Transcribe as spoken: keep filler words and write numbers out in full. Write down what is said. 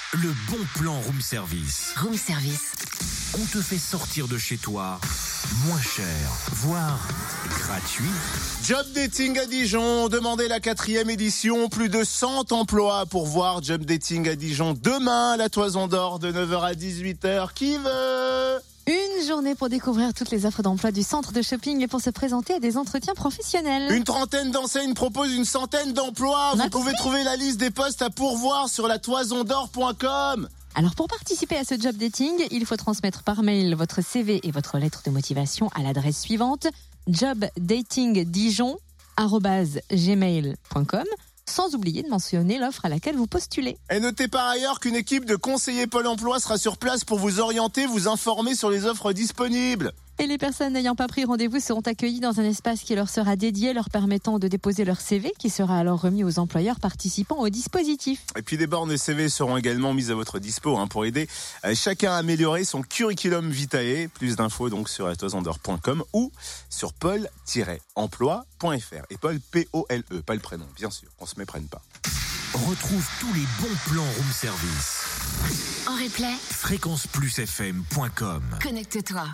Le bon plan room service. Room service. On te fait sortir de chez toi moins cher, voire gratuit. Job Dating à Dijon, demandez la quatrième édition, plus de cent emplois pour voir Job Dating à Dijon demain à la Toison d'Or de neuf heures à dix-huit heures. Qui veut ? Une journée pour découvrir toutes les offres d'emploi du centre de shopping et pour se présenter à des entretiens professionnels. Une trentaine d'enseignes proposent une centaine d'emplois. Vous pouvez trouver la liste des postes à pourvoir sur la toison d'or point com. Alors pour participer à ce job dating, il faut transmettre par mail votre C V et votre lettre de motivation à l'adresse suivante jobdatingdijon arobase gmail point com, sans oublier de mentionner l'offre à laquelle vous postulez. Et notez par ailleurs qu'une équipe de conseillers Pôle emploi sera sur place pour vous orienter, vous informer sur les offres disponibles. Et les personnes n'ayant pas pris rendez-vous seront accueillies dans un espace qui leur sera dédié, leur permettant de déposer leur C V, qui sera alors remis aux employeurs participant au dispositif. Et puis des bornes C V seront également mises à votre dispo hein, pour aider euh, chacun à améliorer son curriculum vitae. Plus d'infos donc sur la toison d'or point com ou sur pôle tiret emploi point f r. Et Paul, P O L E, pas le prénom, bien sûr, qu'on se méprenne pas. Retrouve tous les bons plans room service. En replay, fréquence plus f m point com. connecte-toi.